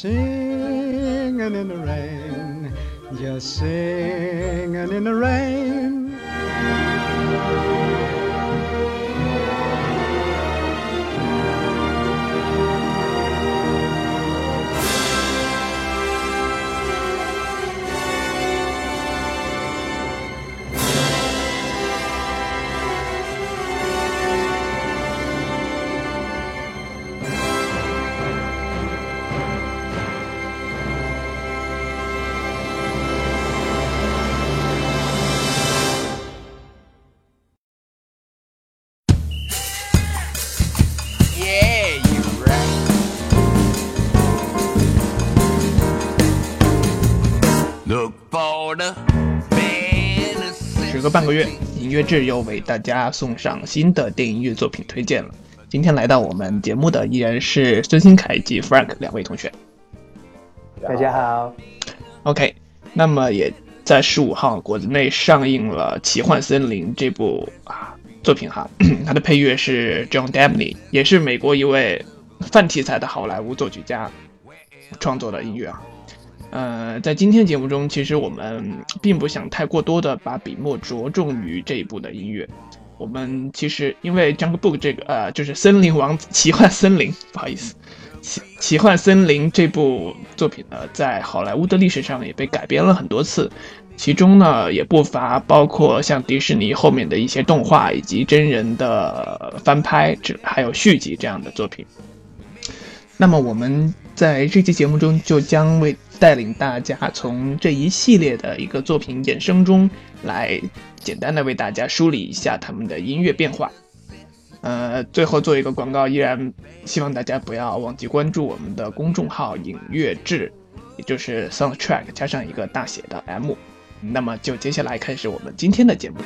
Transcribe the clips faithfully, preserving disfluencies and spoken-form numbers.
singing in the rain, just singing in the rain. 时隔半个月，音乐志又为大家送上新的电影乐作品推荐了。今天来到我们节目的依然是孙新凯以及 Frank 两位同学。 大家好。 OK， 那么也在十五号国内上映了《奇幻森林》这部啊作品哈，它的配乐是 John Debney， 也是美国一位泛题材的好莱坞作曲家创作的音乐啊。呃，在今天节目中，其实我们并不想太过多的把笔墨着重于这一部的音乐。我们其实因为 Jungle Book 这个呃，就是森林王子奇幻森林，不好意思，奇奇幻森林这部作品呢，在好莱坞的历史上也被改编了很多次，其中呢也不乏包括像迪士尼后面的一些动画以及真人的翻拍，还有续集这样的作品。那么我们在这期节目中就将为带领大家从这一系列的一个作品衍生中来简单的为大家梳理一下他们的音乐变化。呃，最后做一个广告，依然希望大家不要忘记关注我们的公众号影乐志，也就是 Soundtrack 加上一个大写的 M。 那么就接下来开始我们今天的节目。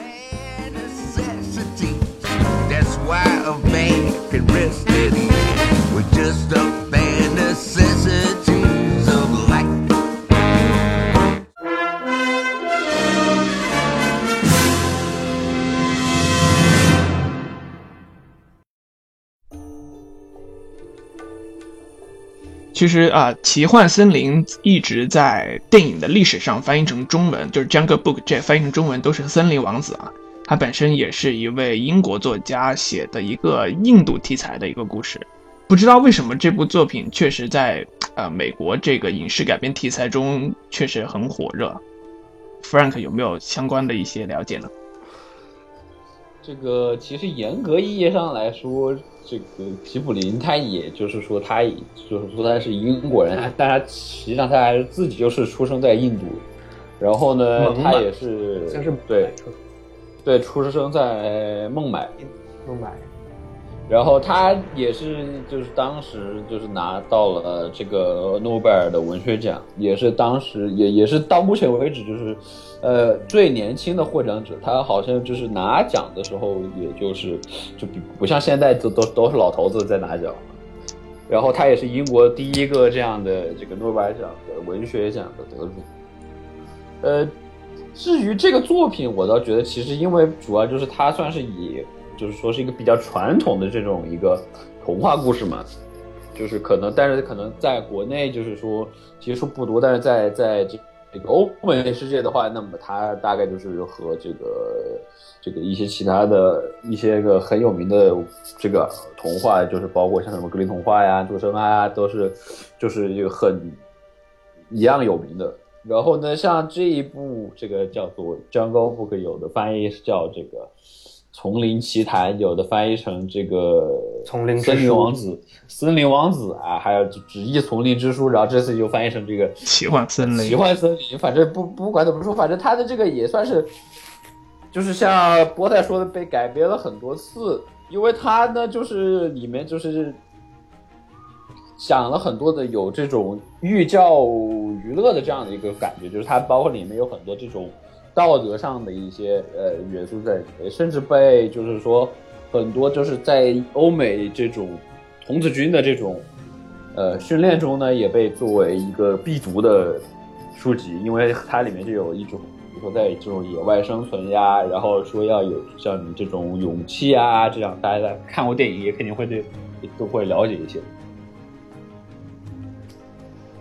其实啊，奇幻森林一直在电影的历史上翻译成中文，就是 Jungle Book 这翻译成中文都是森林王子啊。他本身也是一位英国作家写的一个印度题材的一个故事。不知道为什么这部作品确实在呃美国这个影视改编题材中确实很火热。Frank 有没有相关的一些了解呢？ 这个其实严格意义上来说，这个吉卜林他也就是说他就是说他是英国人，但他实际上他还是自己就是出生在印度，然后呢他也是像是对对出生在孟买孟买， 然后他也是就是当时就是拿到了这个诺贝尔的文学奖，也是当时也也是到目前为止就是呃最年轻的获奖者。他好像就是拿奖的时候也就是就比不像现在都都都是老头子在拿奖，然后他也是英国第一个这样的这个诺贝尔奖的文学奖的得主。呃至于这个作品我倒觉得其实因为主要就是他算是以就是说是一个比较传统的这种一个童话故事嘛，就是可能但是可能在国内就是说接触不多，但是在在这这个欧美世界的话，那么它大概就是和这个这个一些其他的一些个很有名的这个童话，就是包括像什么格林童话呀、杜生啊，都是就是一个很一样有名的。然后呢，像这一部这个叫做 Jungle Book， 有的翻译是叫这个丛林奇谭，有的翻译成这个丛林森林王子，森林王子啊，还有直译丛林之书，然后这次就翻译成这个奇幻森林。 奇幻森林，反正不不管怎么说，反正他的这个也算是，就是像波泰说的，被改编了很多次，因为他呢就是里面就是讲了很多的有这种寓教于乐的这样的一个感觉，就是它包括里面有很多这种道德上的一些呃元素在里面，甚至被就是说很多就是在欧美这种童子军的这种呃训练中呢，也被作为一个必读的书籍，因为它里面就有一种比如说在这种野外生存呀，然后说要有像你这种勇气啊，这样大家看过电影也肯定会对都会了解一些。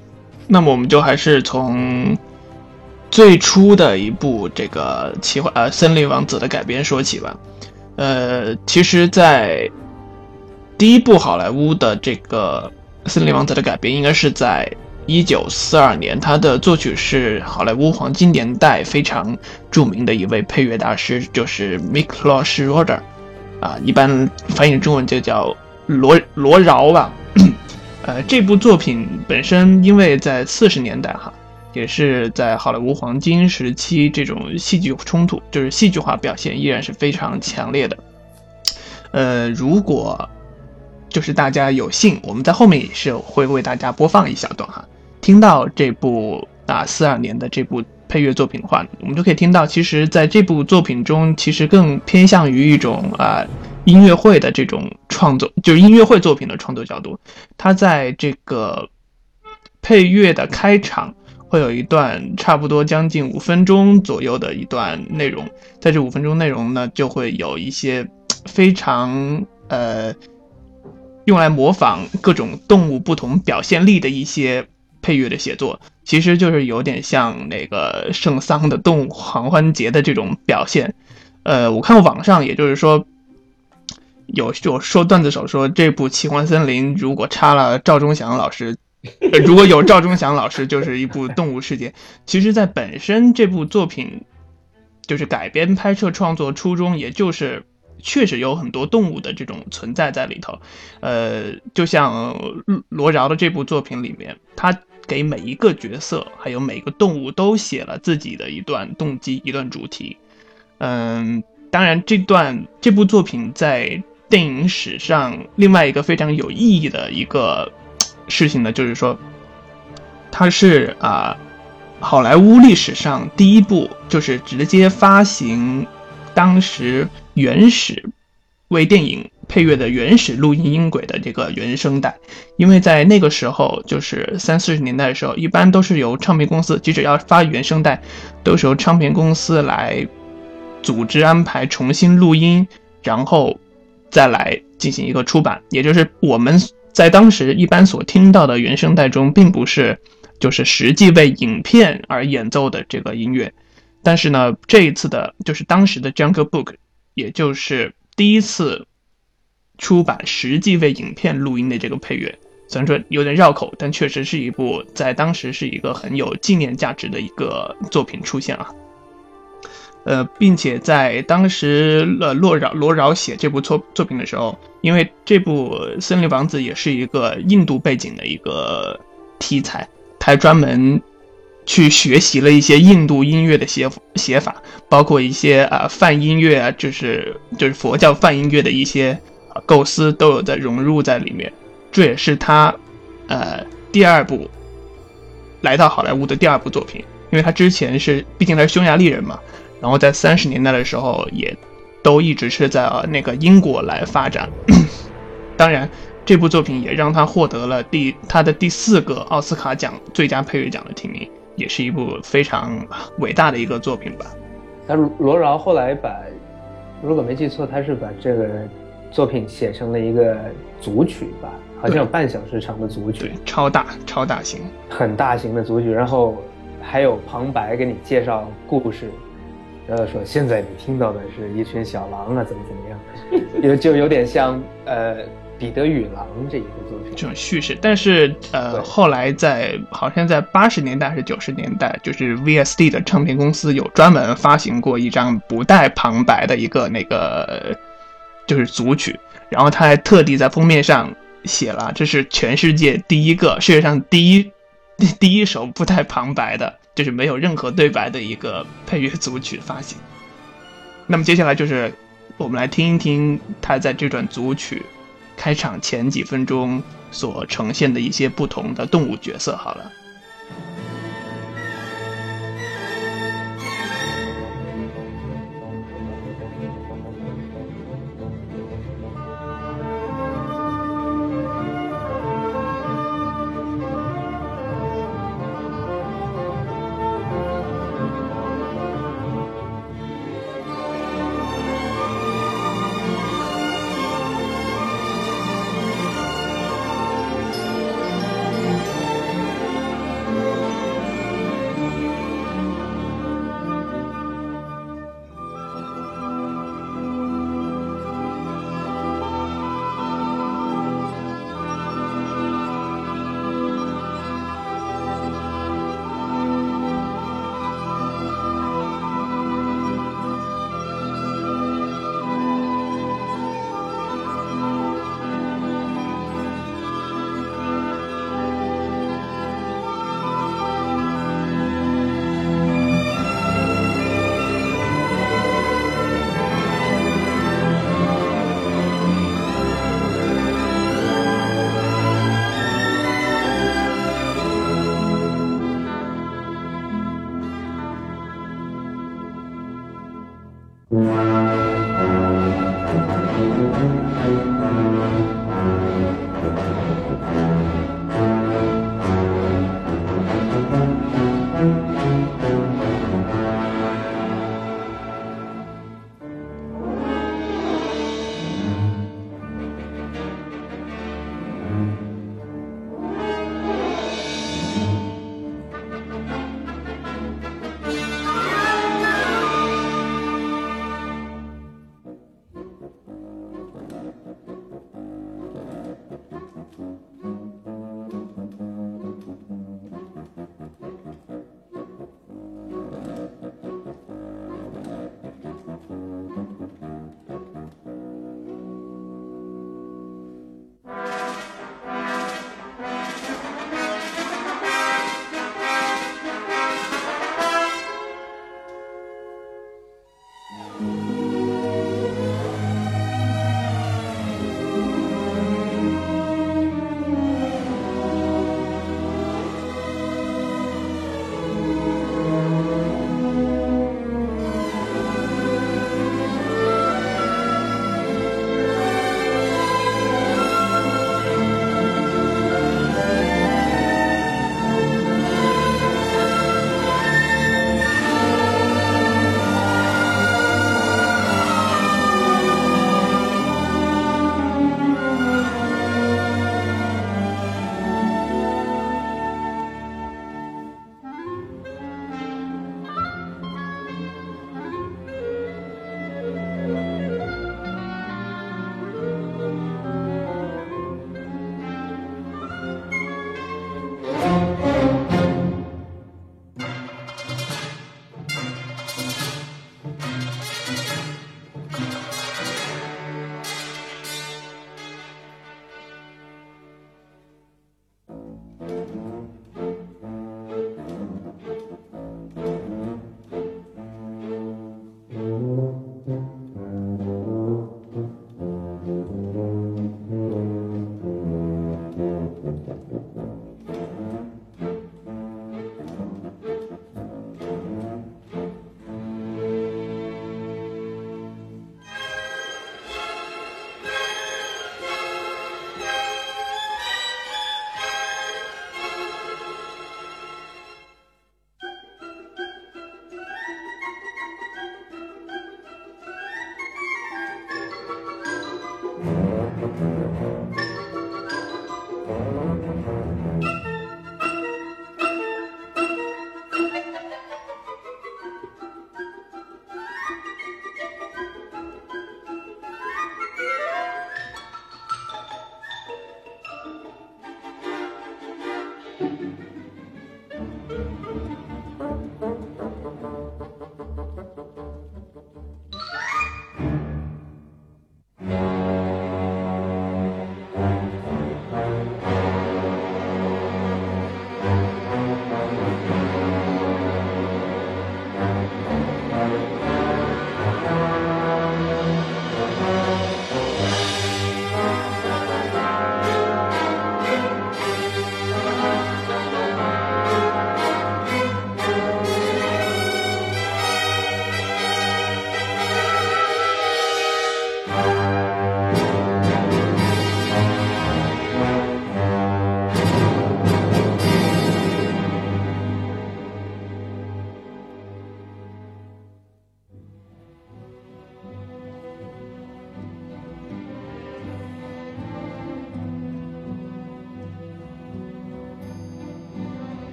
那么我们就还是从最初的一部这个奇幻呃森林王子的改编说起吧。呃，其实在第一部好莱坞的这个森林王子的改编应该是在一九四二年，他的作曲是好莱坞黄金年代非常著名的一位配乐大师，就是 Miklos Rozsa 啊，一般翻译成中文就叫罗罗饶吧。呃，这部作品本身因为在四十年代哈，也是在好莱坞黄金时期，这种戏剧冲突就是戏剧化表现依然是非常强烈的。呃，如果就是大家有幸，我们在后面也是会为大家播放一小段哈。听到这部啊四二年的这部配乐作品的话，我们就可以听到，其实在这部作品中，其实更偏向于一种啊音乐会的这种创作，就是音乐会作品的创作角度。它在这个配乐的开场会有一段差不多将近五分钟左右的一段内容，在这五分钟内容呢，就会有一些非常呃用来模仿各种动物不同表现力的一些配乐的写作，其实就是有点像那个圣桑的动物狂欢节的这种表现。呃，我看网上也就是说有有说段子手说，这部奇幻森林如果插了赵忠祥老师呃、如果有赵忠祥老师就是一部动物世界。其实在本身这部作品就是改编拍摄创作初衷，也就是确实有很多动物的这种存在在里头。呃，就像罗饶的这部作品里面，他给每一个角色还有每一个动物都写了自己的一段动机，一段主题。嗯，当然这段这部作品在电影史上另外一个非常有意义的一个事情呢，就是说它是啊、呃、好莱坞历史上第一部就是直接发行当时原始为电影配乐的原始录音音轨的这个原声带。因为在那个时候就是三四十年代的时候，一般都是由唱片公司，即使要发原声带都是由唱片公司来组织安排重新录音，然后再来进行一个出版。也就是我们在当时一般所听到的原声带中并不是就是实际为影片而演奏的这个音乐。但是呢，这一次的就是当时的 Jungle Book 也就是第一次出版实际为影片录音的这个配乐，虽然说有点绕口，但确实是一部在当时是一个很有纪念价值的一个作品出现啊。呃，并且在当时呃罗饶罗饶写这部作作品的时候，因为这部《森林王子》也是一个印度背景的一个题材，他专门去学习了一些印度音乐的写写法，包括一些啊、呃、梵音乐啊，就是就是佛教梵音乐的一些、呃、构思都有在融入在里面。这也是他呃第二部来到好莱坞的第二部作品，因为他之前是毕竟他是匈牙利人嘛。然后在三十年代的时候也都一直是在、呃、那个英国来发展。当然这部作品也让他获得了第他的第四个奥斯卡奖最佳配乐奖的提名，也是一部非常伟大的一个作品吧。 他罗饶后来把，如果没记错，他是把这个作品写成了一个组曲吧，好像有半小时长的组曲， 对，超大超大型很大型的组曲，然后还有旁白给你介绍故事，然后说现在你听到的是一群小狼啊怎么怎么样，有就有点像呃彼得与狼这一个作品这种叙事。但是呃后来在好像在八十年代还是九十年代，就是 V S D 的唱片公司有专门发行过一张不带旁白的一个那个就是组曲，然后他还特地在封面上写了这是全世界第一个世界上第一第一首不带旁白的，就是没有任何对白的一个配乐组曲发行。那么接下来就是我们来听一听他在这段组曲开场前几分钟所呈现的一些不同的动物角色好了。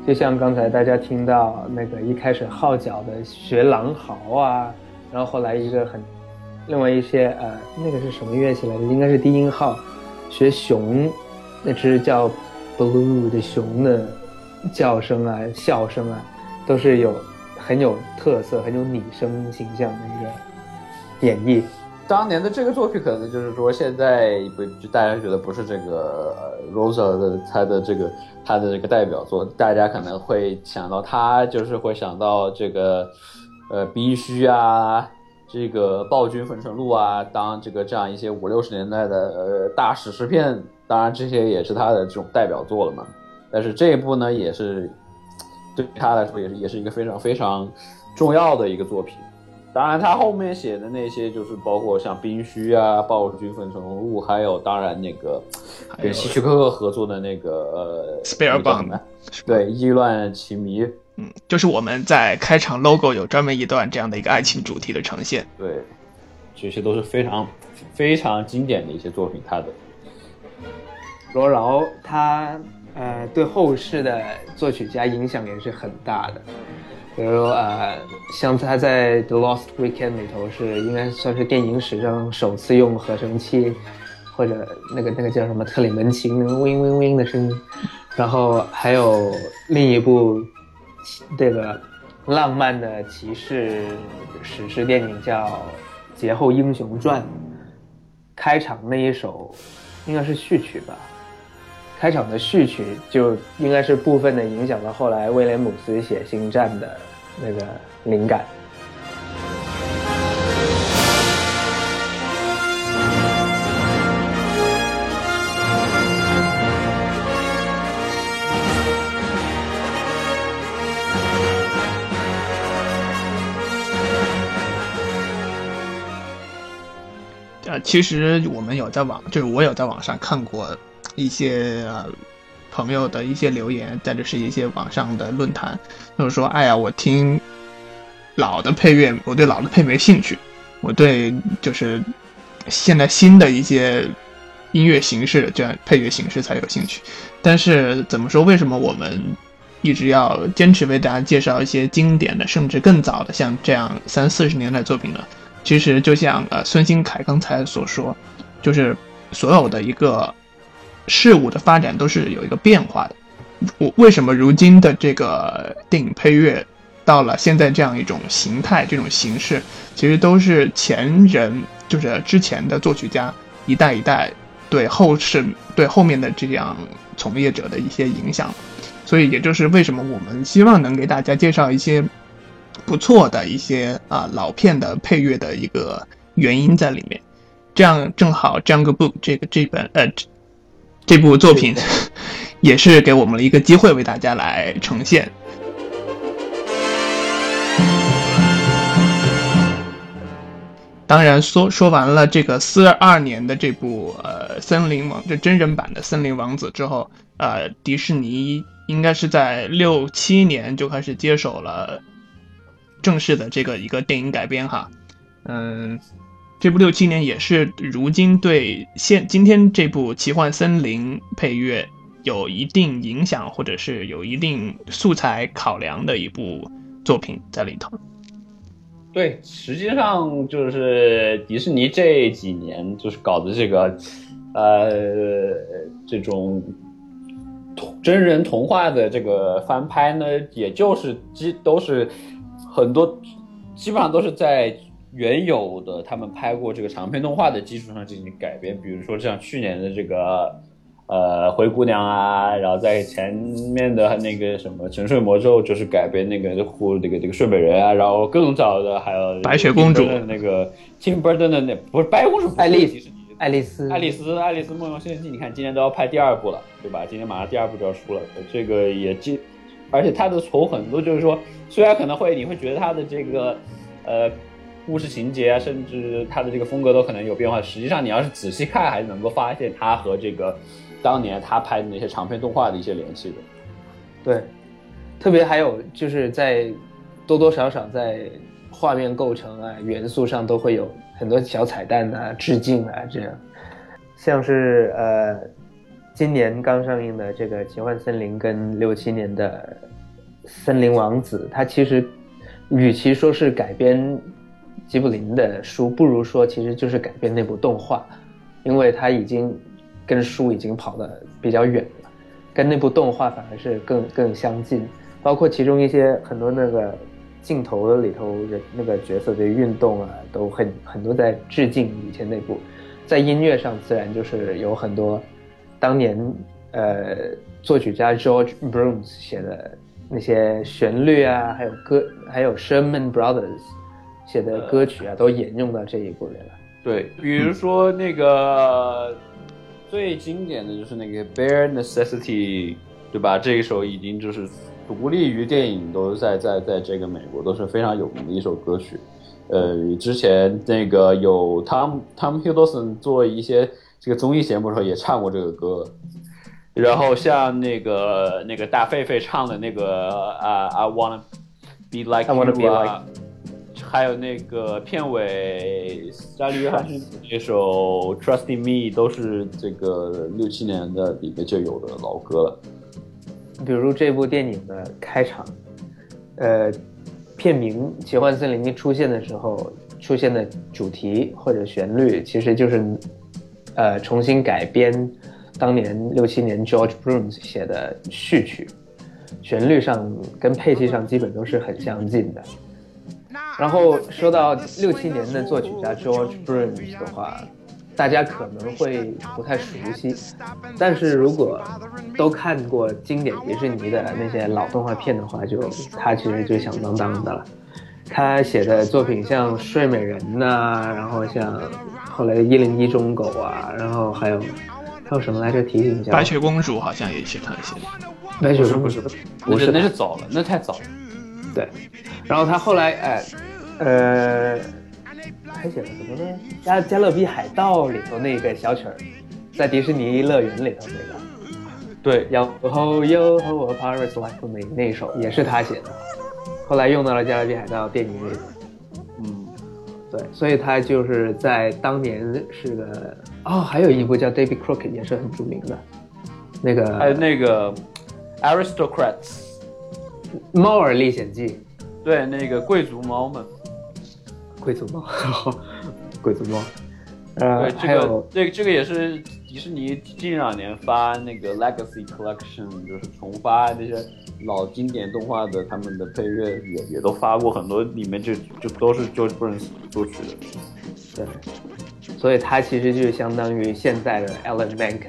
就像刚才大家听到那个一开始号角的学狼嚎啊，然后后来一个很另外一些呃那个是什么乐器来着？应该是低音号，学熊那只叫 Blue 的熊的叫声啊、笑声啊，都是有很有特色、很有拟声形象的一个演绎。 当年的这个作品可能就是说现在不就大家觉得不是这个 Rosa 的他的这个他的这个代表作，大家可能会想到他就是会想到这个呃宾虚啊，这个暴君粉尘路啊，当这个这样一些五六十年代的呃大史诗片，当然这些也是他的这种代表作了嘛。但是这一部呢也是对他来说也是也是一个非常非常重要的一个作品。当然他后面写的那些就是包括像宾虚啊、暴君粉尘路，还有当然那个跟希区柯克合作的那个呃 Spellbound， 对，意乱情迷， 嗯，就是我们在开场 logo 有专门一段这样的一个爱情主题的呈现。 对，这些都是非常非常经典的一些作品。他的罗饶他呃对后世的作曲家影响也是很大的。比如呃，像他在《The Lost Weekend》里头是应该算是电影史上首次用合成器，或者那个那个叫什么特里门琴那个 wing wing wing 的声音。然后还有另一部这个浪漫的骑士史诗电影叫《劫后英雄传》，开场那一首应该是序曲吧。开场的序曲就应该是部分的影响了后来威廉姆斯写《星战》的那个灵感。 呃，其实我们有在网，就是我有在网上看过一些呃朋友的一些留言，再就是一些网上的论坛，就是说，哎呀，我听老的配乐，我对老的配没兴趣，我对就是现在新的一些音乐形式，这样配乐形式才有兴趣。但是怎么说，为什么我们一直要坚持为大家介绍一些经典的，甚至更早的，像这样三四十年代作品呢？其实就像呃孙兴凯刚才所说，就是所有的一个事物的发展都是有一个变化的。我为什么如今的这个电影配乐到了现在这样一种形态、这种形式，其实都是前人，就是之前的作曲家一代一代对后世、对后面的这样从业者的一些影响。所以也就是为什么我们希望能给大家介绍一些不错的一些啊、呃、老片的配乐的一个原因在里面。这样正好 Jungle Book 这个这本呃这部作品也是给我们了一个机会为大家来呈现。当然说说完了这个四二年的这部呃森林王这真人版的森林王子之后，呃迪士尼应该是在六七年就开始接手了正式的这个一个电影改编哈。嗯，这部六七年也是如今对现今天这部奇幻森林配乐有一定影响或者是有一定素材考量的一部作品在里头。 对，实际上就是迪士尼这几年就是搞的这个呃这种真人童话的这个翻拍呢，也就是基都是很多基本上都是在原有的他们拍过这个长篇动画的基础上进行改编。比如说像去年的这个呃灰姑娘啊，然后在前面的那个什么沉睡魔咒就是改编那个呼这个这个睡美人啊，然后更早的还有白雪公主那个 Tim Burton 的那不是白雪公主， 爱丽丝爱丽丝爱丽丝爱丽丝梦游仙境记，你看今年都要拍第二部了，对吧？今年马上第二部就要出了，这个也记，而且它的从很多就是说，虽然可能会你会觉得它的这个呃故事情节啊，甚至它的这个风格都可能有变化，实际上你要是仔细看，还是能够发现它和这个当年他拍的那些长篇动画的一些联系的。 对，特别还有就是在多多少少在画面构成啊元素上都会有很多小彩蛋啊致敬啊，这样像是呃今年刚上映的这个奇幻森林跟六七年的森林王子》，它其实与其说是改编吉卜林的书，不如说其实就是改编那部动画，因为它已经跟书已经跑得比较远了，跟那部动画反而是更更相近，包括其中一些很多那个镜头里头的那个角色的运动啊，都很很多在致敬以前那部。在音乐上自然就是有很多当年呃作曲家 George Bruns 写的那些旋律啊，还有歌，还有 Sherman Brothers 写的歌曲啊，都沿用到这一部里了。 对，比如说那个、嗯、最经典的就是那个 Bare Necessity， 对吧？这一首已经就是独立于电影，都在在在这个美国都是非常有名的一首歌曲。呃，之前那个有 Tom Tom Hiddleston 做一些这个综艺节目的时候也唱过这个歌，然后像那个那个大狒狒唱的那个啊、uh, I wanna be like I wanna you 啊， like... 还有那个片尾沙利约翰逊那首 Trust in Me 都是这个六七年的里面就有的老歌了。 比如这部电影的开场，呃。片名《奇幻森林》出现的时候，出现的主题或者旋律，其实就是，呃，重新改编当年六七年 George Bruns 写的序曲，旋律上跟配器上基本都是很相近的。然后说到六七年的作曲家 George Bruns 的话，大家可能会不太熟悉，但是如果都看过经典迪士尼的那些老动画片的话，就他其实就响当当的了。他写的作品像《睡美人》呐，然后像后来的《一零一忠狗》啊，然后还有还有什么来着？提醒一下。 白雪公主好像也是他写的。 白雪公主不是，那是早了，那太早了。 对，然后他后来哎呃。还写了什么呢？加加勒比海盗里头那个小曲儿，在迪士尼乐园里头那个， 对， 哟吼哟吼 Pirates Like Me 那首也是他写的，后来用到了加勒比海盗电影里。嗯，对，所以他就是在当年是个哦，还有一部叫 David Crockett 也是很著名的，那个还有那个 Aristocrats 猫儿历险记， 对，那个贵族猫们。 贵族猫，贵族猫，呃， 对，这个、 还有这个这个也是迪士尼近两年发那个 Legacy Collection， 就是重发那些老经典动画的他们的配乐也也都发过很多，里面就就都是 George Bruns 作曲的。 对，所以他其实就相当于现在的 Alan Menken。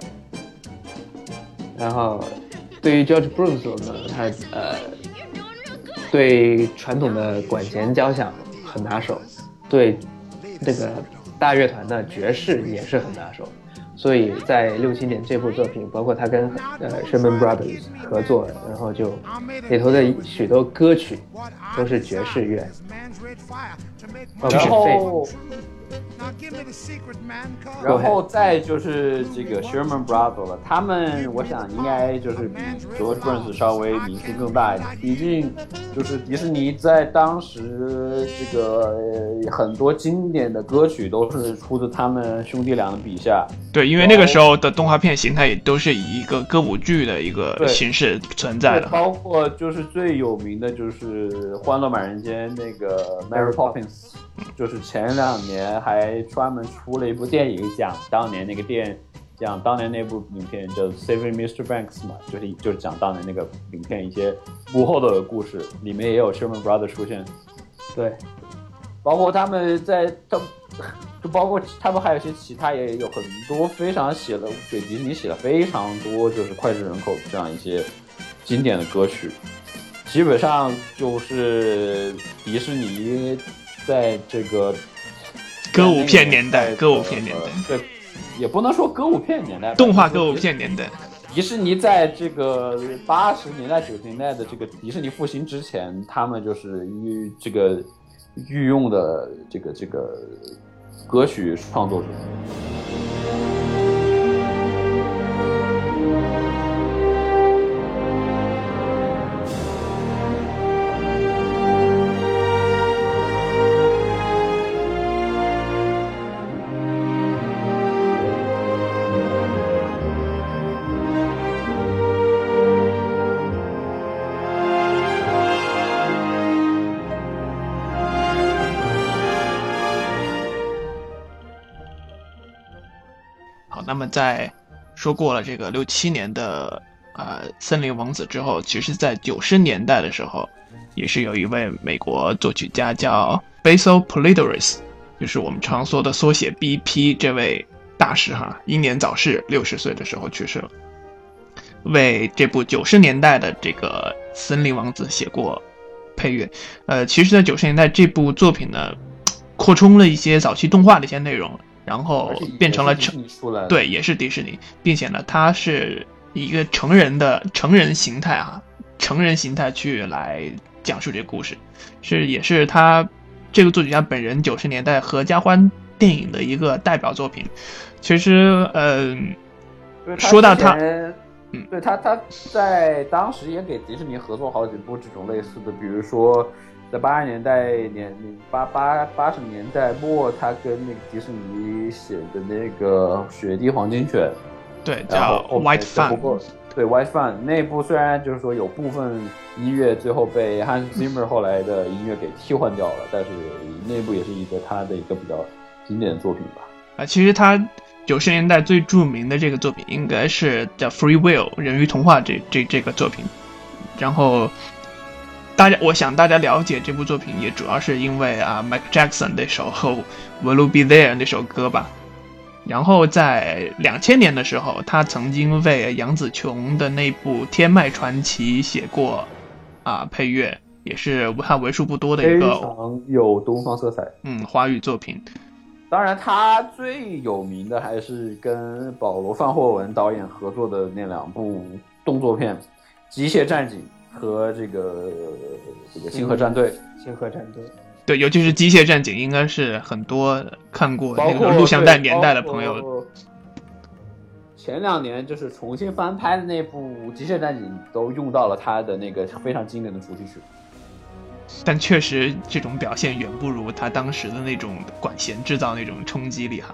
然后对于 George Bruns 呢，他呃对传统的管弦交响很拿手，对这个大乐团的爵士也是很拿手，所以在六七年这部作品，包括他跟呃 Sherman Brothers 合作，然后就里头的许多歌曲都是爵士乐， 然后然后再就是这个 Sherman Brothers 了，他们我想应该就是比 George Bruns 稍微名气更大一点，毕竟就是迪士尼在当时这个、呃、很多经典的歌曲都是出自他们兄弟俩的笔下。 对，因为那个时候的动画片形态也都是以一个歌舞剧的一个形式存在的， 包括就是最有名的就是《欢乐满人间》那个 Mary Poppins， 就是前两年还专门出了一部电影讲当年那个电讲当年那部影片叫 Saving Mister Banks 嘛，就是就是讲当年那个影片一些幕后的故事，里面也有 Sherman Brothers 出现。 对， 包括他们在他就包括他们还有些其他也有很多非常写了给迪士尼写了非常多就是脍炙人口这样一些经典的歌曲，基本上就是迪士尼在这个歌舞片年代，歌舞片年代， 对，也不能说歌舞片年代， 动画歌舞片年代。 迪士尼在这个八十年代、九十年代的这个迪士尼复兴之前，他们就是御这个御用的这个这个歌曲创作者。 那么在说过了这个六七年的呃森林王子之后，其实在九十年代的时候，也是有一位美国作曲家叫 Basil Polidoris， 就是我们常说的缩写 B P， 这位大师哈，英年早逝，六十岁的时候去世了，为这部九十年代的这个森林王子写过配乐。呃，其实在九十年代这部作品呢，扩充了一些早期动画的一些内容，然后变成了成对，也是迪士尼，并且呢，它是一个成人的成人形态啊，成人形态去来讲述这个故事，是也是他这个作曲家本人九十年代合家欢电影的一个代表作品。其实，呃，说到他， 嗯，对他他在当时也给迪士尼合作好几部这种类似的，比如说。在八十年代年八八八十年代末，他跟那个迪士尼写的那个《雪地黄金犬》， 对，叫 White Fun， 对 White Fun 那部虽然就是说有部分音乐最后被 Hans Zimmer 后来的音乐给替换掉了，但是那部也是一个他的一个比较经典的作品吧。 啊，其实他九十年代最著名的这个作品应该是叫 Free Will 人鱼童话这这这个作品，然后。大家，我想大家了解这部作品也主要是因为啊 ，Michael Jackson 那首《Will You Be There》那首歌吧。然后在两千年的时候，他曾经为杨紫琼的那部《天麦传奇》写过啊配乐，也是他为数不多的一个非常有东方色彩， 嗯，华语作品。 当然，他最有名的还是跟保罗·范霍文导演合作的那两部动作片《机械战警》。和这个这个星河战队， 星河战队， 对，尤其是机械战警，应该是很多看过那个录像带年代的朋友。 前两年就是重新翻拍的那部《机械战警》，都用到了他的那个非常经典的主题曲。 但确实，这种表现远不如他当时的那种管弦制造那种冲击力哈。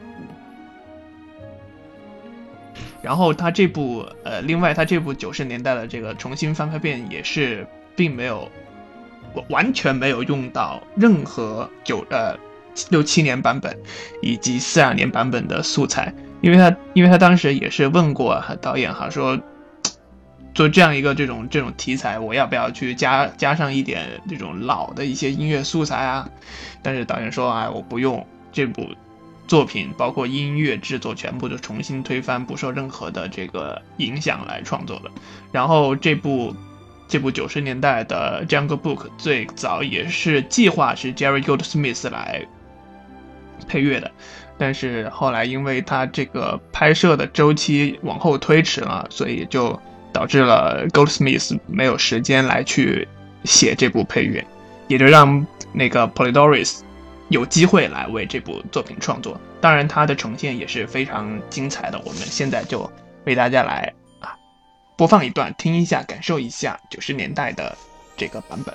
然后他这部呃，另外他这部九十年代的这个重新翻拍片也是并没有完全没有用到任何九呃六七年版本以及四二年版本的素材，因为他因为他当时也是问过导演哈说，做这样一个这种这种题材，我要不要去加加上一点这种老的一些音乐素材啊？但是导演说哎，我不用，这部作品包括音乐制作全部都重新推翻，不受任何的这个影响来创作的。然后这部这部九十年代的 Jungle Book 最早也是计划是 Jerry Goldsmith 来配乐的，但是后来因为他这个拍摄的周期往后推迟了，所以就导致了 Goldsmith 没有时间来去写这部配乐，也就让那个 Polidoris有机会来为这部作品创作。当然它的呈现也是非常精彩的，我们现在就为大家来啊播放一段，听一下，感受一下九十年代的这个版本。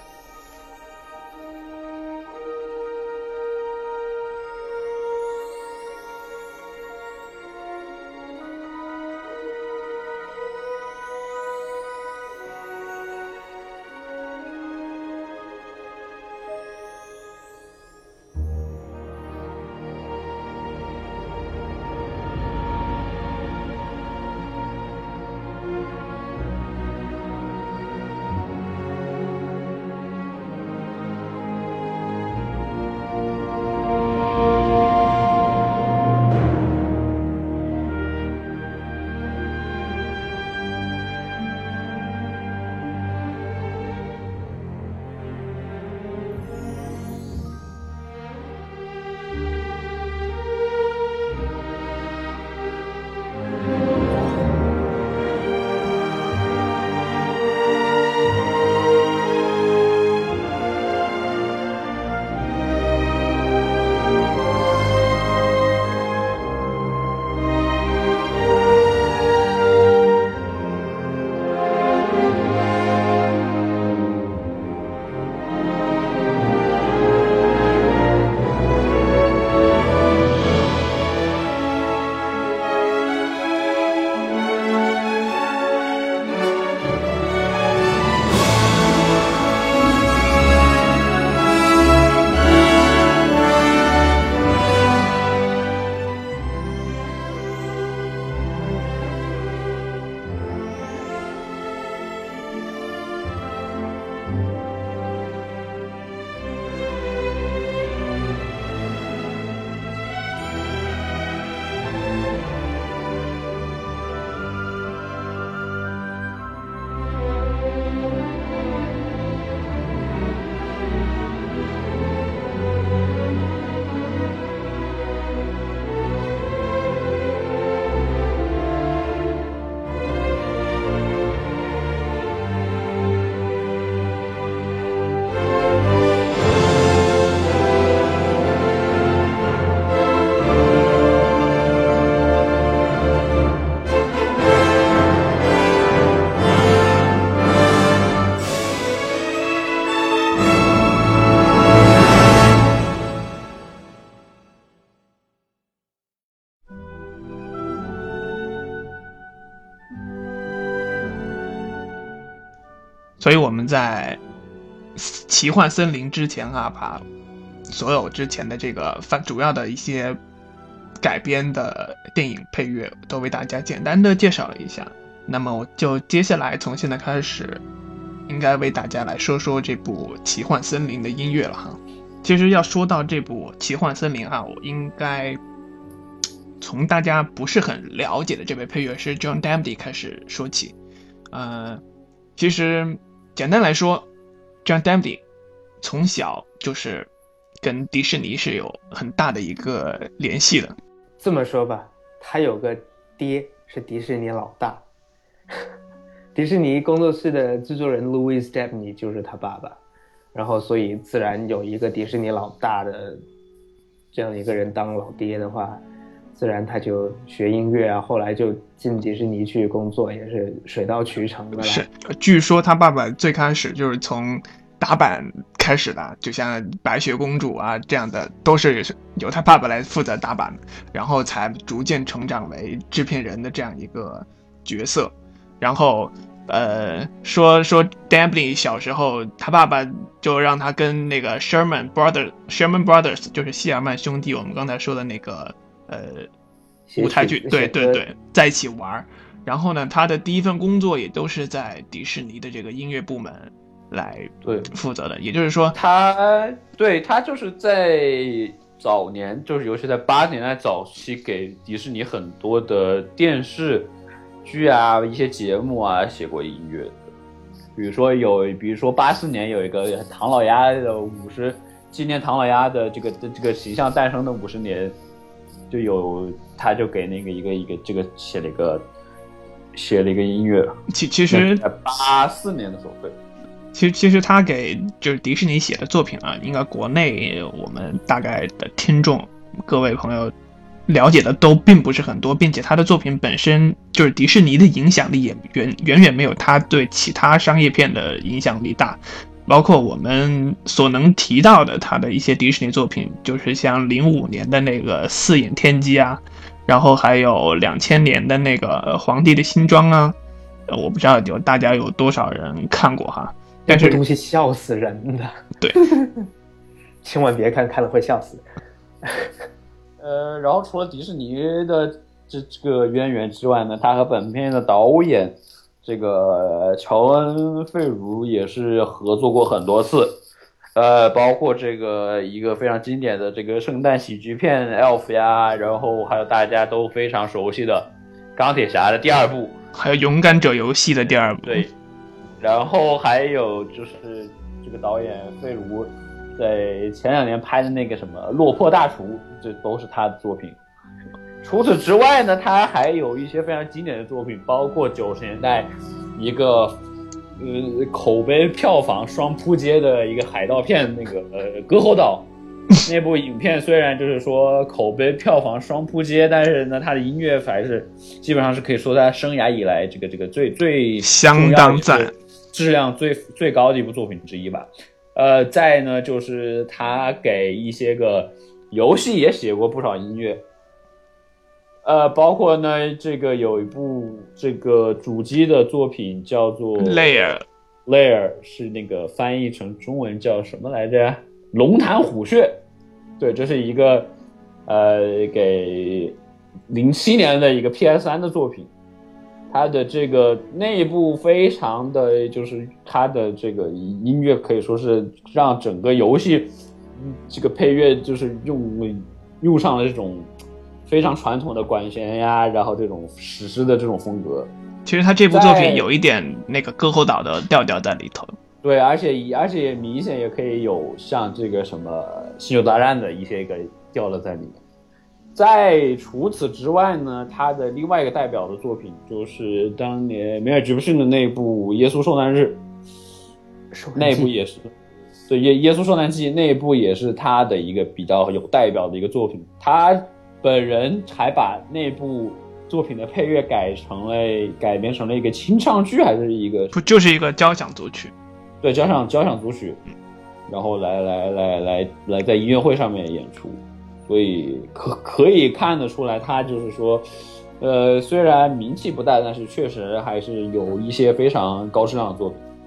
所以我们在奇幻森林之前啊，把所有之前的这个主要的一些改编的电影配乐都为大家简单的介绍了一下。那么我就接下来从现在开始应该为大家来说说这部奇幻森林的音乐了哈。其实要说到这部奇幻森林啊，我应该从大家不是很了解的这位配乐师 John Damdy 开始说起。呃，其实简单来说 John Damdy 从小就是跟迪士尼是有很大的一个联系的。 这么说吧，他有个爹是迪士尼老大，迪士尼工作室的制作人 Louis Dabney 就是他爸爸，然后所以自然有一个迪士尼老大的这样一个人当老爹的话，自然他就学音乐啊，后来就进迪士尼去工作，也是水到渠成的啦。 是，据说他爸爸最开始就是从打板开始的，就像白雪公主啊这样的，都是由他爸爸来负责打板，然后才逐渐成长为制片人的这样一个角色。然后呃，说说 Dabney 小时候他爸爸就让他跟那个 Sherman Brothers Sherman Brothers 就是希尔曼兄弟，我们刚才说的那个呃舞台剧，对对对，在一起玩。然后呢，他的第一份工作也都是在迪士尼的这个音乐部门来负责的，也就是说他对他就是在早年，就是尤其在八十年代早期，给迪士尼很多的电视剧啊一些节目啊写过音乐的。比如说有比如说八四年有一个唐老鸭的五十纪念唐老鸭的这个这个形象诞生的五十年，就有他就给那个一个一个这个写了一个写了一个音乐。 其其实在八四年的时候，对。 其实，其实他给就是迪士尼写的作品啊，应该国内我们大概的听众各位朋友了解的都并不是很多，并且他的作品本身就是迪士尼的影响力也远远远没有他对其他商业片的影响力大。包括我们所能提到的他的一些迪士尼作品，就是像零五年的那个《四眼天机》啊，然后还有两千年的那个《皇帝的新装》啊，我不知道有大家有多少人看过哈。但是这东西笑死人的， 对， 千万别看，看了会笑死。 呃，然后除了迪士尼的这这个渊源之外呢，他和本片的导演这个乔恩·费如也是合作过很多次，呃，包括这个一个非常经典的这个圣诞喜剧片《Elf》呀，然后还有大家都非常熟悉的《钢铁侠》的第二部， 还有《勇敢者游戏》的第二部， 对。然后还有就是这个导演费如在前两年拍的那个什么《落魄大厨》，这都是他的作品。除此之外呢，他还有一些非常经典的作品，包括九十年代一个呃口碑票房双扑街的一个海盗片，那个呃《隔喉岛》那部影片，虽然就是说口碑票房双扑街，但是呢，他的音乐还是基本上是可以说他生涯以来这个这个最最相当赞。 质量最最高的一部作品之一吧。呃，再呢就是他给一些个游戏也写过不少音乐，呃，包括呢这个有一部这个主机的作品叫做 Layer Layer 是那个翻译成中文叫什么来着？龙潭虎穴。对，这是一个呃给零七年的一个 P S 三 的作品。它的这个内部非常的就是它的这个音乐可以说是让整个游戏这个配乐就是用用上了这种非常传统的管弦呀，然后这种史诗的这种风格。 其实它这部作品有一点那个歌喉岛的调调在里头。 对，而且而且也明显也可以有像这个什么星球大战的一些个调了在里面。在除此之外呢，他的另外一个代表的作品就是当年梅尔吉布逊的那部《耶稣受难日》，那一部也是，对耶耶稣受难记那一部也是他的一个比较有代表的一个作品。他本人还把那部作品的配乐改成了改编成了一个清唱剧，还是一个不就是一个交响组曲？ 对，交响交响组曲，然后来来来来来在音乐会上面演出。所以可可以看得出来，他就是说，呃，虽然名气不大，但是确实还是有一些非常高质量的作品。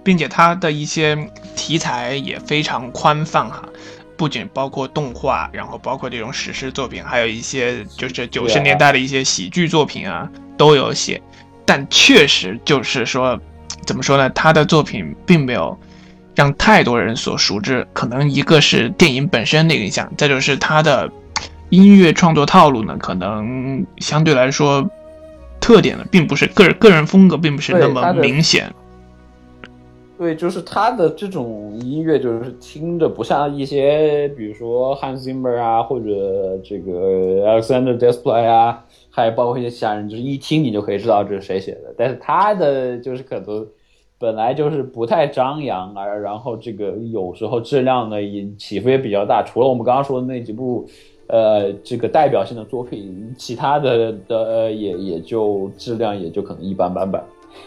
并且它的一些题材也非常宽泛哈，不仅包括动画，然后包括这种史诗作品，还有一些就是九十年代的一些喜剧作品啊都有写。但确实就是说，怎么说呢？他的作品并没有让太多人所熟知，可能一个是电影本身的影响，再就是他的音乐创作套路呢，可能相对来说特点呢，并不是个人个人风格，并不是那么明显。 对，就是他的这种音乐，就是听着不像一些，比如说 Hans Zimmer 啊，或者这个 Alexander Desplat 啊，还包括一些其他人，就是一听你就可以知道这是谁写的。但是他的就是可能本来就是不太张扬啊，然后这个有时候质量呢也起伏也比较大。除了我们刚刚说的那几部，呃，这个代表性的作品，其他的的、呃、也也就质量也就可能一般般吧。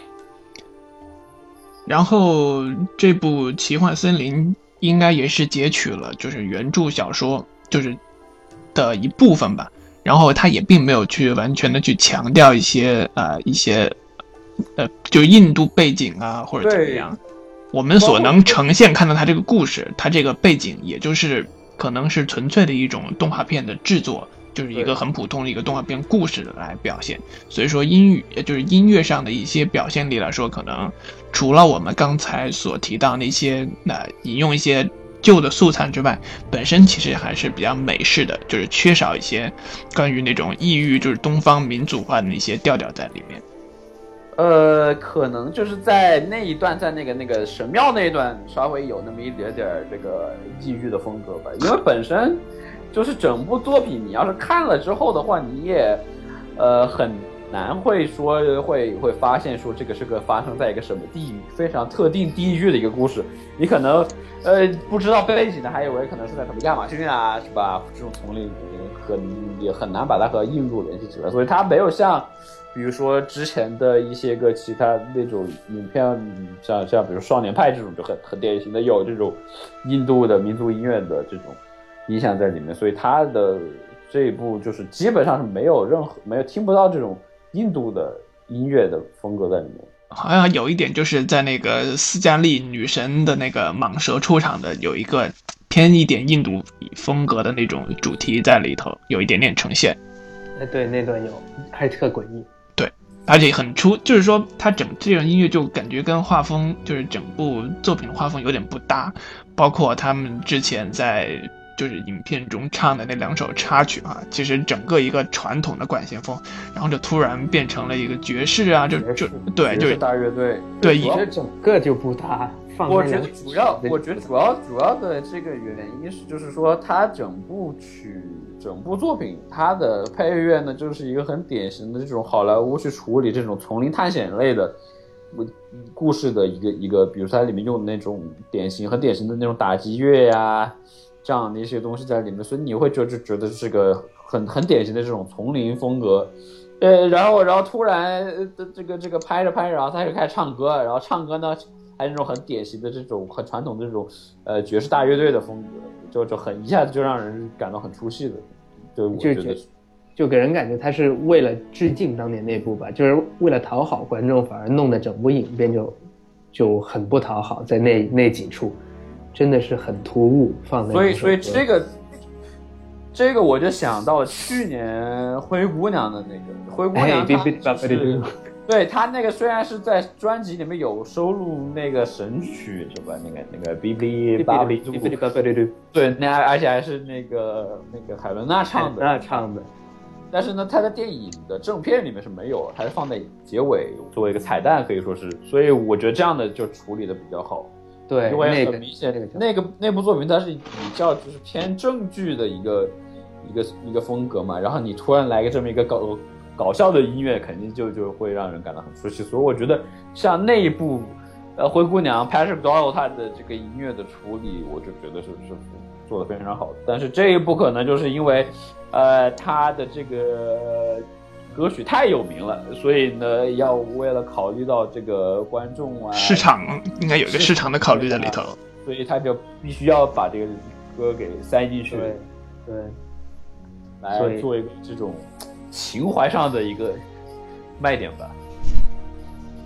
然后这部《奇幻森林》应该也是截取了就是原著小说就是的一部分吧，然后他也并没有去完全的去强调一些呃一些呃就印度背景啊或者怎么样。我们所能呈现看到他这个故事，他这个背景也就是可能是纯粹的一种动画片的制作，就是一个很普通的一个动画片故事来表现。所以说音乐就是音乐上的一些表现力来说，可能除了我们刚才所提到那些呃引用一些旧的素材之外，本身其实还是比较美式的，就是缺少一些关于那种异域就是东方民族化的一些调调在里面。 呃，可能就是在那一段，在那个那个神庙那一段，稍微有那么一点点这个异域的风格吧。因为本身就是整部作品，你要是看了之后的话，你也呃很难会说会会发现说这个是个发生在一个什么地域非常特定地域的一个故事。你可能呃不知道背景的，还以为可能是在什么亚马逊啊，是吧？这种丛林很也很难把它和印度联系起来，所以它没有像。比如说之前的一些个其他那种影片，像像比如少年派这种就很很典型的有这种印度的民族音乐的这种影响在里面，所以他的这一部就是基本上是没有任何没有听不到这种印度的音乐的风格在里面。 好像有一点就是在那个斯嘉丽女神的那个蟒蛇出场的有一个偏一点印度风格的那种主题在里头，有一点点呈现。 哎，对，那段有，还特诡异。 而且很出，就是说它整这种音乐就感觉跟画风，就是整部作品的画风有点不搭，包括他们之前在就是影片中唱的那两首插曲啊，其实整个一个传统的管弦风，然后就突然变成了一个爵士啊，就就对，就是大乐队， 对， 我觉得整个就不搭。 我觉得主要，我觉得主要主要的这个原因是，就是说它整部曲。整部作品它的配乐呢，就是一个很典型的这种好莱坞去处理这种丛林探险类的故事的一个一个，比如说它里面用的那种典型很典型的那种打击乐呀，这样的一些东西在里面，所以你会就就觉得是个很很典型的这种丛林风格。呃，然后然后突然呃这个这个拍着拍着，然后他就开始唱歌，然后唱歌呢还是那种很典型的这种很传统的这种呃爵士大乐队的风格。就就很一下子就让人感到很出戏的，对，我觉得就, 就给人感觉他是为了致敬当年那部吧，就是为了讨好观众，反而弄得整部影片就就很不讨好，在那那几处真的是很突兀放在。 所以所以这个这个我就想到了去年灰姑娘的那个灰姑娘她、就是对他那个虽然是在专辑里面有收录那个神曲是吧？那个那个哔哩吧哩嘟，对，那而且还是那个那个海伦娜唱的， 海伦娜唱的。 但是呢，他在电影的正片里面是没有，还是放在结尾作为一个彩蛋，可以说是。所以我觉得这样的就处理的比较好。 对， 因为很明显，那个那部作品它是比较就是偏正剧的一个一个一个风格嘛，然后你突然来个这么一个搞。搞笑的音乐肯定就就会让人感到很出戏，所以我觉得像那一部呃灰姑娘 Patrick Doyle 他的这个音乐的处理，我就觉得是是做得非常好的。但是这一部可能就是因为呃他的这个歌曲太有名了，所以呢要为了考虑到这个观众啊市场，应该有一个市场的考虑在里头， 所以他就必须要把这个歌给塞进去， 对对， 来做一个这种情怀上的一个卖点吧。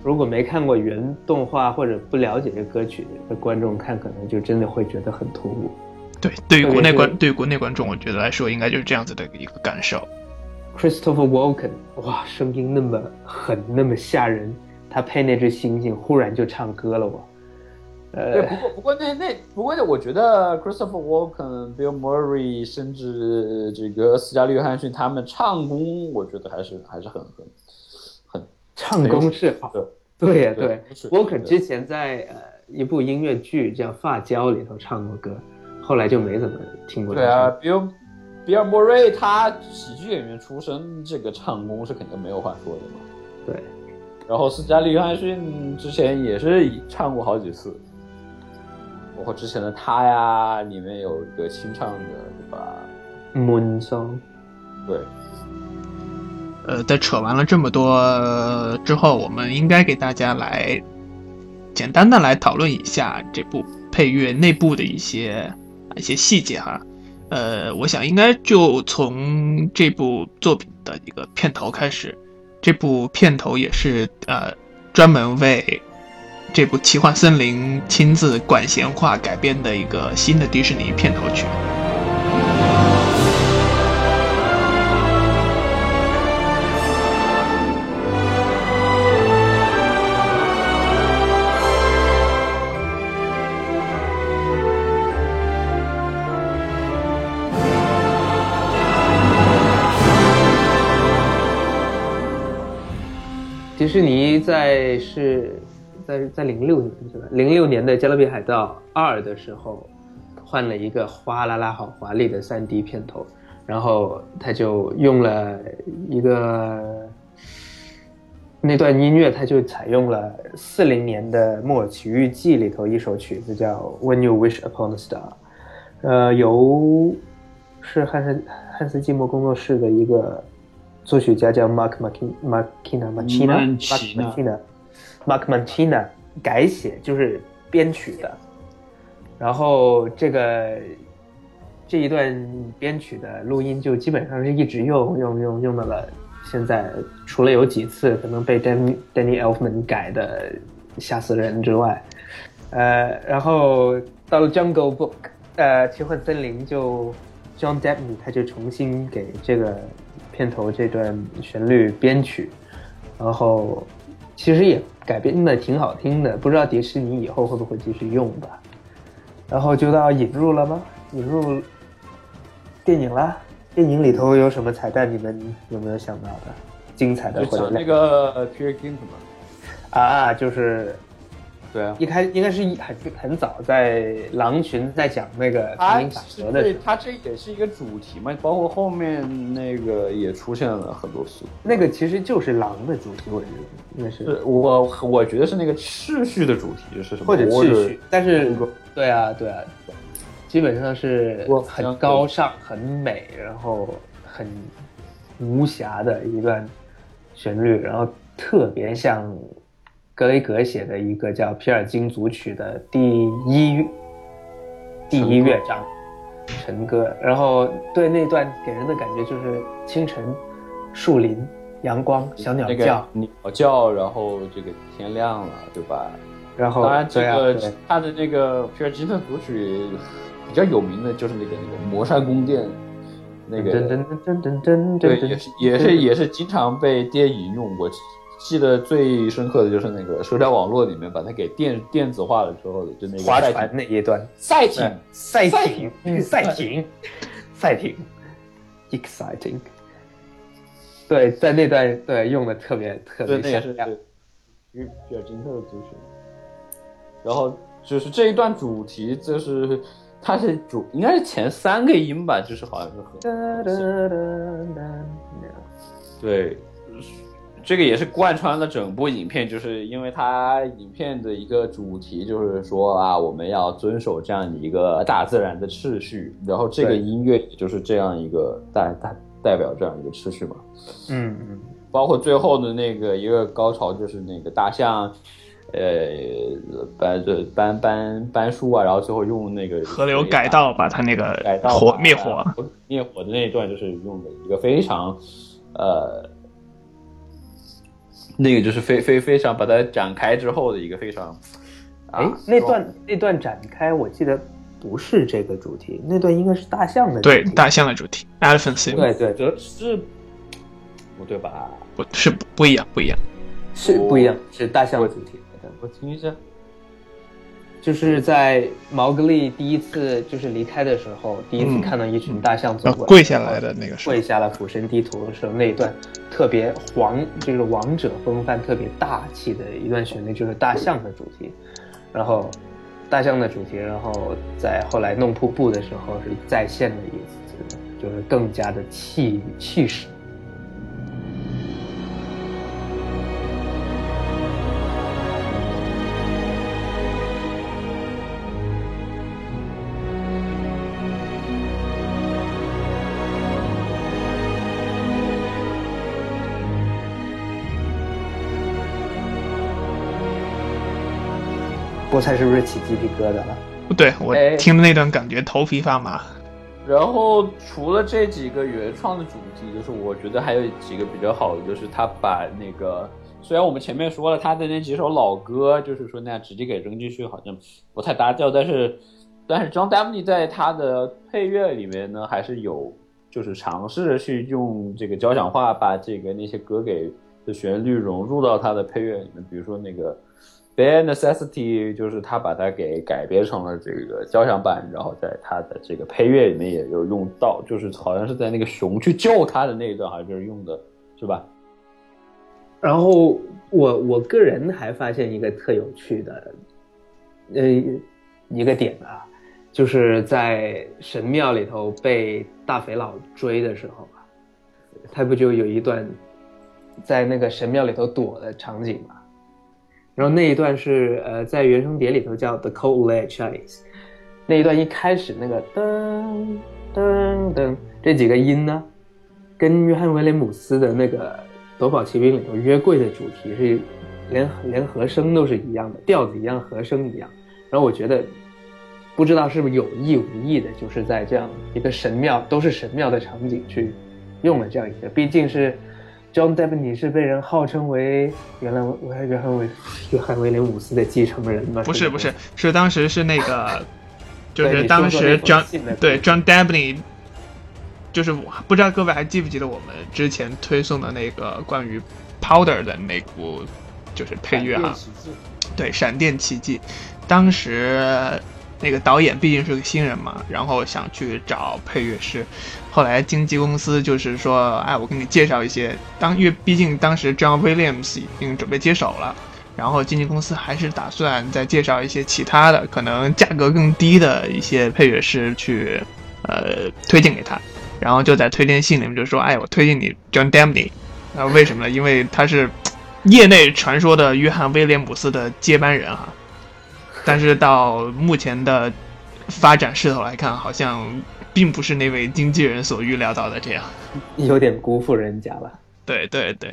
如果没看过原动画或者不了解这歌曲的观众看，可能就真的会觉得很突兀。 对，对于国内观对于国内观众，我觉得来说，应该就是这样子的一个感受。 Christopher Walken， 哇，声音那么狠，那么吓人，他配那只猩猩，忽然就唱歌了，我。呃， 对，不过不过那那不过我觉得 Christopher Walken、Bill Murray， 甚至这个斯嘉丽·约翰逊他们唱功，我觉得还是还是很很很唱功是好。对呀，对。Walken 之前在呃一部音乐剧叫《发胶》里头唱过歌，后来就没怎么听过。 对啊 ，Bill Bill Murray 他喜剧演员出身，这个唱功是肯定没有话说的嘛。 对。 然后斯嘉丽·约翰逊之前也是唱过好几次。包括之前的他呀，里面有一个清唱的，对吧 ？Moon Song。 对。 呃，在扯完了这么多之后，我们应该给大家来简单的来讨论一下这部配乐内部的一些一些细节哈。呃，我想应该就从这部作品的一个片头开始。这部片头也是呃专门为这部奇幻森林亲自管弦化改编的一个新的迪士尼片头曲。 迪士尼在是在在零六年是吧？零六年的《加勒比海盗二》的时候，换了一个哗啦啦好华丽的 三 D 片头，然后他就用了一个那段音乐，他就采用了四零年的《木偶奇遇记》里头一首曲子叫《When You Wish Upon a Star》，呃，由是汉斯汉斯季默工作室的一个作曲家叫 Mark Marquina Marquina Marquina Mark Marquina 改写，就是编曲的。然后这个这一段编曲的录音就基本上是一直用用用用到了现在，除了有几次可能被 Danny Danny Elfman 改的吓死人之外，呃，然后到了 Jungle Book， 呃，奇幻森林就 John Debney 他就重新给这个片头这段旋律编曲，然后其实也改编的挺好听的，不知道迪士尼以后会不会继续用吧。然后就到引入了吗？引入电影啦。电影里头有什么彩蛋？你们有没有想到的精彩的？ 就讲那个 Peer Gynt 嘛。 啊啊，就是对啊， 一开应该是很很早在狼群在讲那个丛林法则的时候， 它这也是一个主题嘛，包括后面那个也出现了很多次。 那个其实就是狼的主题，我觉得那是是我我觉得是那个秩序的主题是什么？ 或者秩序，但是对啊对啊，基本上是很高尚、很美，然后很无瑕的一段旋律，然后特别像格雷格写的一个叫《皮尔金组曲》的第一第一乐章晨歌，然后对那段给人的感觉就是清晨、树林、阳光、小鸟叫、 那个、鸟叫，然后这个天亮了，对吧？ 然后当然这个、 啊、 他的那个皮尔金特组曲比较有名的就是那个那个魔山宫殿。那个对，也是也是也是经常被电影用。我记得最深刻的就是那个社交网络里面把它给电电子化了之后的，就那个划船那一段， 赛艇， 赛艇，赛艇，赛艇 ，exciting。对，在那段对用的特别特别像，对，那也是比尔金特的组曲。然后就是这一段主题，就是它是主应该是前三个音吧，就是好像是和对。这个也是贯穿了整部影片，就是因为它影片的一个主题就是说啊，我们要遵守这样一个大自然的秩序，然后这个音乐也就是这样一个代代代表这样一个秩序嘛。 嗯嗯， 包括最后的那个一个高潮就是那个大象，呃，搬这搬搬搬树啊，然后最后用那个河流改道把它那个改道火灭火灭火的那一段，就是用的一个非常呃。 那个就是非非非常把它展开之后的一个非常， 哎、啊，那段那段展开，我记得不是这个主题，那段应该是大象的主题。 对，大象的主题 ，Elephant Theme。 对对， 这是不对吧？ 不是不一样，不一样， 是不一样，是大象的主题。 我听一下。 就是在毛格利第一次就是离开的时候，第一次看到一群大象走过来、 嗯、跪下来的那个时候， 跪下了俯身低头的时候，那一段特别皇，就是王者风范特别大气的一段旋律，就是大象的主题。然后大象的主题，然后在后来弄瀑布的时候是再现了一次，就是更加的气气势。菠菜是不是起鸡皮疙瘩了？ 不对，我听的那段感觉头皮发麻。 然后除了这几个原创的主题，就是我觉得还有几个比较好的，就是他把那个虽然我们前面说了他的那几首老歌，就是说那样直接给扔进去好像不太搭调，但是但是 John Debney 在他的配乐里面呢，还是有就是尝试去用这个交响化把这个那些歌给的旋律融入到他的配乐里面，比如说那个Bare Necessity 就是他把它给改编成了这个交响版，然后在他的这个配乐里面也有用到，就是好像是在那个熊去救他的那一段好像就是用的，是吧？ 然后我我个人还发现一个特有趣的呃一个点啊，就是在神庙里头被大肥佬追的时候啊，他不就有一段在那个神庙里头躲的场景吗？然后那一段是呃在原声碟里头叫 The Cold Late Chalice， 那一段一开始那个噔噔噔这几个音呢，跟约翰威廉姆斯的那个夺宝奇兵里头约柜的主题是连连和声都是一样的，调子一样，和声一样。然后我觉得不知道是不是有意无意的，就是在这样一个神庙都是神庙的场景去用了这样一个，毕竟是John Debney 是被人号称为原来约翰威约翰威廉姆斯的继承人吗？ 不是不是，是当时是那个，就是当时 John 对 John Debney， 就是不知道各位还记不记得我们之前推送的那个关于 Powder 的那部就是配乐哈，对，闪电奇迹，当时。那个导演毕竟是个新人嘛，然后想去找配乐师，后来经纪公司就是说，哎，我给你介绍一些，当因为毕竟当时 John Williams 已经准备接手了，然后经纪公司还是打算再介绍一些其他的，可能价格更低的一些配乐师去，呃，推荐给他，然后就在推荐信里面就说，哎，我推荐你 John Debney， 啊，为什么呢？因为他是业内传说的约翰威廉姆斯的接班人哈。但是到目前的发展势头来看，好像并不是那位经纪人所预料到的这样， 有点辜负人家了。 对对对。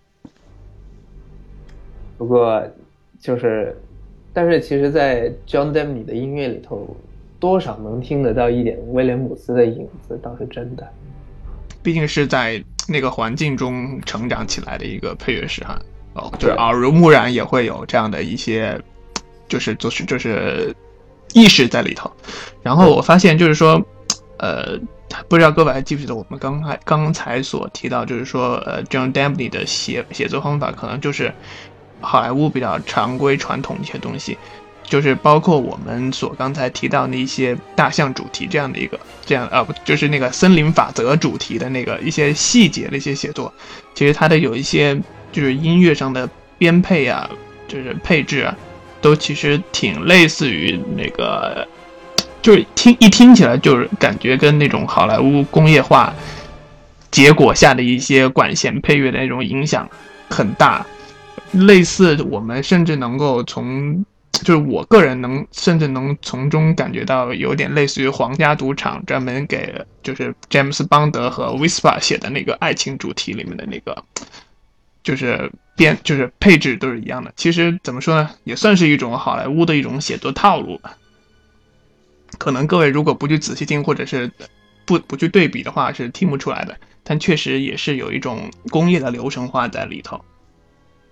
不过就是，但是其实在 John Debney 的音乐里头，多少能听得到一点威廉姆斯的影子，倒是真的。 毕竟是在那个环境中成长起来的一个配乐师哈，哦，就是耳濡目染也会有这样的一些。就是就是就是意识在里头，然后我发现就是说，呃，不知道各位还记不记得我们刚才刚才所提到，就是说，呃 ，John Debney 的写写作方法可能就是好莱坞比较常规传统的一些东西，就是包括我们所刚才提到的一些大象主题这样的一个这样啊，不就是那个森林法则主题的那个一些细节的一些写作，其实它的有一些就是音乐上的编配啊，就是配置啊。都其实挺类似于那个，就是听一听起来就是感觉跟那种好莱坞工业化结果下的一些管弦配乐的那种影响很大，类似我们甚至能够从，就是我个人能甚至能从中感觉到有点类似于皇家赌场专门给就是詹姆斯邦德和威斯帕写的那个爱情主题里面的那个，就是编就是配置都是一样的。其实怎么说呢，也算是一种好莱坞的一种写作套路吧。可能各位如果不去仔细听，或者是不不去对比的话，是听不出来的。但确实也是有一种工业的流程化在里头。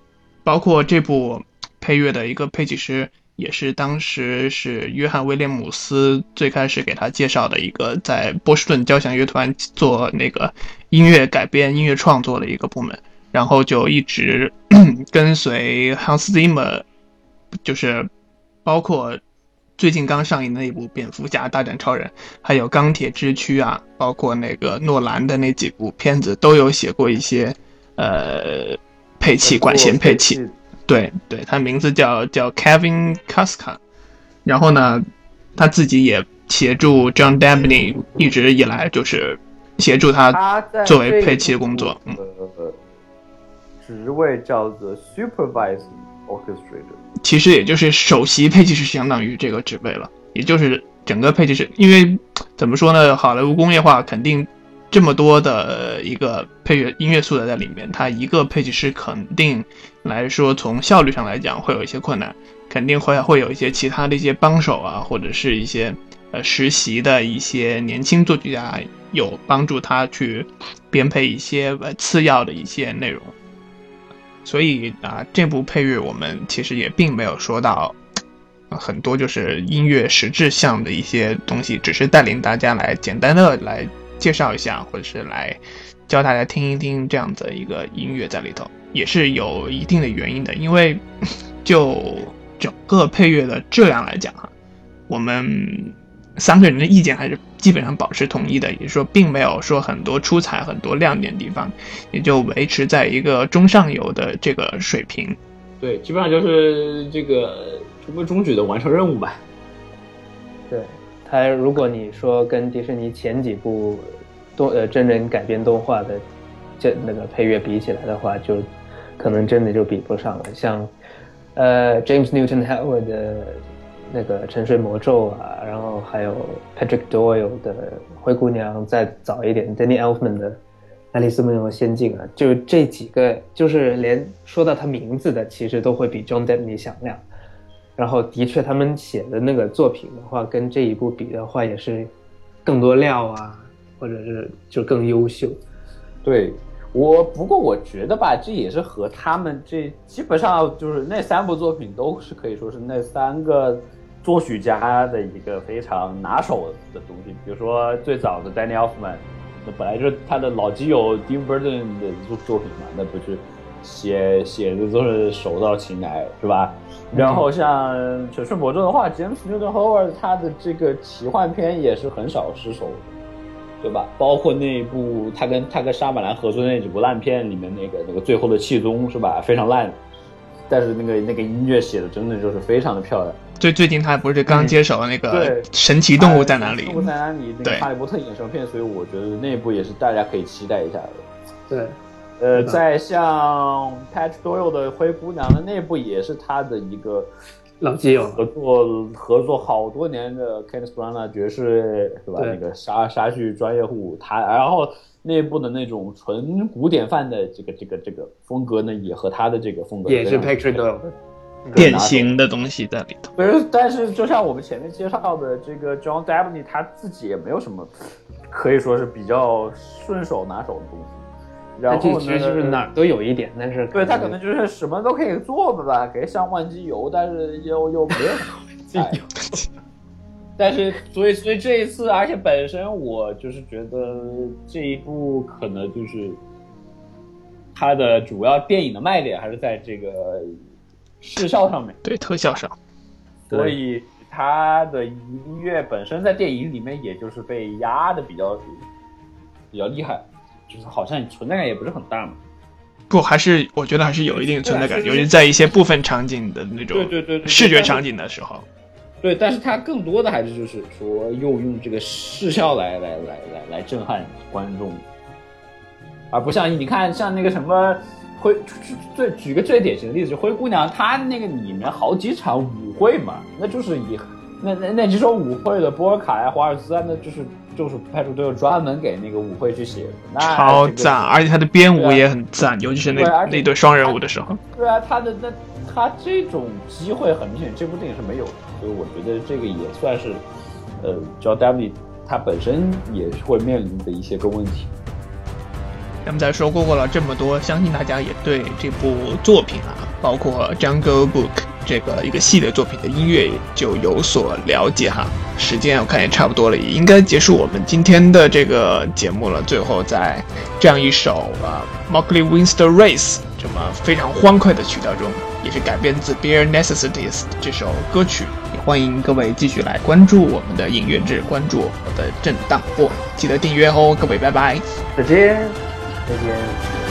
包括这部配乐的一个配器师也是当时是约翰威廉姆斯最开始给他介绍的一个在波士顿交响乐团做那个音乐改编音乐创作的一个部门，然后就一直跟随 Hans Zimmer， 就是包括最近刚上映的那部蝙蝠侠大战超人，还有钢铁之躯啊，包括那个诺兰的那几部片子都有写过一些呃配器管弦配器。对对，他名字叫叫 Kevin Kaska， 然后呢，他自己也协助 John Dabney 一直以来就是协助他作为配器的工作。嗯， 职位叫做 Supervising Orchestrator， 其实也就是首席配器师，相当于这个职位了，也就是整个配器师，因为怎么说呢，好莱坞工业化肯定这么多的一个配乐音乐素材在里面，他一个配器师肯定来说从效率上来讲会有一些困难，肯定会会有一些其他的一些帮手啊，或者是一些呃实习的一些年轻作曲家有帮助他去编配一些呃次要的一些内容。所以啊，这部配乐我们其实也并没有说到很多就是音乐实质项的一些东西，只是带领大家来简单的来介绍一下，或者是来教大家听一听这样的一个音乐在里头，也是有一定的原因的。因为就整个配乐的质量来讲哈，我们三个人的意见还是基本上保持统一的，也就是说并没有说很多出彩很多亮点的地方，也就维持在一个中上游的这个水平。 对，基本上就是这个中规中矩的完成任务吧。 对，它如果你说跟迪士尼前几部动呃真人改编动画的这那个配乐比起来的话，就可能真的就比不上了。像呃 James Newton Howard 的那个《沉睡魔咒》啊，然后还有 Patrick Doyle 的《灰姑娘》，再早一点 Danny Elfman 的《爱丽丝梦游仙境》啊，就这几个，就是连说到他名字的，其实都会比 John Dabney 响亮。然后的确他们写的那个作品的话，跟这一部比的话，也是更多料啊，或者是就更优秀。 对，我不过我觉得吧，这也是和他们这基本上就是那三部作品都是可以说是那三个作曲家的一个非常拿手的东西。比如说最早的 Danny Elfman， 那本来就是他的老基友 Tim Burton 的作品嘛，那不是写写的都是手到擒来，是吧？然后像《沉睡魔咒》的话 ，James Newton Howard 他的这个奇幻片也是很少失手的，对吧？包括那一部他跟他跟沙马兰合作的那几部烂片里面那个那个最后的气宗，是吧？非常烂，但是那个那个音乐写的真的就是非常的漂亮。 最最近他不是刚接手那个神奇动物在哪里？ 动物在哪里？那个哈利波特衍生片，所以我觉得那一部也是大家可以期待一下的。 对。 呃，再像 Patrick Doyle 的灰姑娘的那部也是他的一个老基友合作合作好多年的 Kenneth Branagh 爵士，是吧？那个沙沙剧专业户，他然后那部的那种纯古典范的这个这个这个风格呢，也和他的这个风格也是 Patrick Doyle 典型的东西在里头。 对，但是就像我们前面介绍的这个 John Dabney， 他自己也没有什么可以说是比较顺手拿手的东西。然后呢， 其实就是哪儿都有一点，但是对他可能就是什么都可以做吧，给上万机油，但是又又没有机油。但是所以所以这一次，而且本身我就是觉得这一部可能就是它的主要电影的卖点还是在这个视效上面， 对特效上， 所以它的音乐本身在电影里面也就是被压的比较比较厉害。就是好像存在感也不是很大嘛， 不，还是我觉得还是有一定存在感，尤其在一些部分场景的那种视觉场景的时候。 对，但是它更多的还是就是说又用这个视效来来来来来震撼观众，而不像你看像那个什么灰，最举个最典型的例子，就灰姑娘，她那个里面好几场舞会嘛，那就是以那那那几首舞会的波尔卡呀、华尔兹啊，那就是就是派出队专门给那个舞会去写的，那超赞，而且他的编舞也很赞，尤其是那那对双人舞的时候。 对啊，他的那他这种机会很明显，这部电影是没有的，所以我觉得这个也算是，呃 ，John Dabney 他本身也会面临的一些个问题。 那么在说过了这么多，相信大家也对这部作品啊，包括 Jungle Book 这个一个系列作品的音乐就有所了解哈。时间我看也差不多了，也应该结束我们今天的这个节目了。最后在这样一首啊 Mockley Wins the Race 这么非常欢快的曲调中，也是改编自 Bare Necessities 这首歌曲，也欢迎各位继续来关注我们的音乐志，关注我的震荡波，记得订阅哦，各位拜拜， 再见，再见。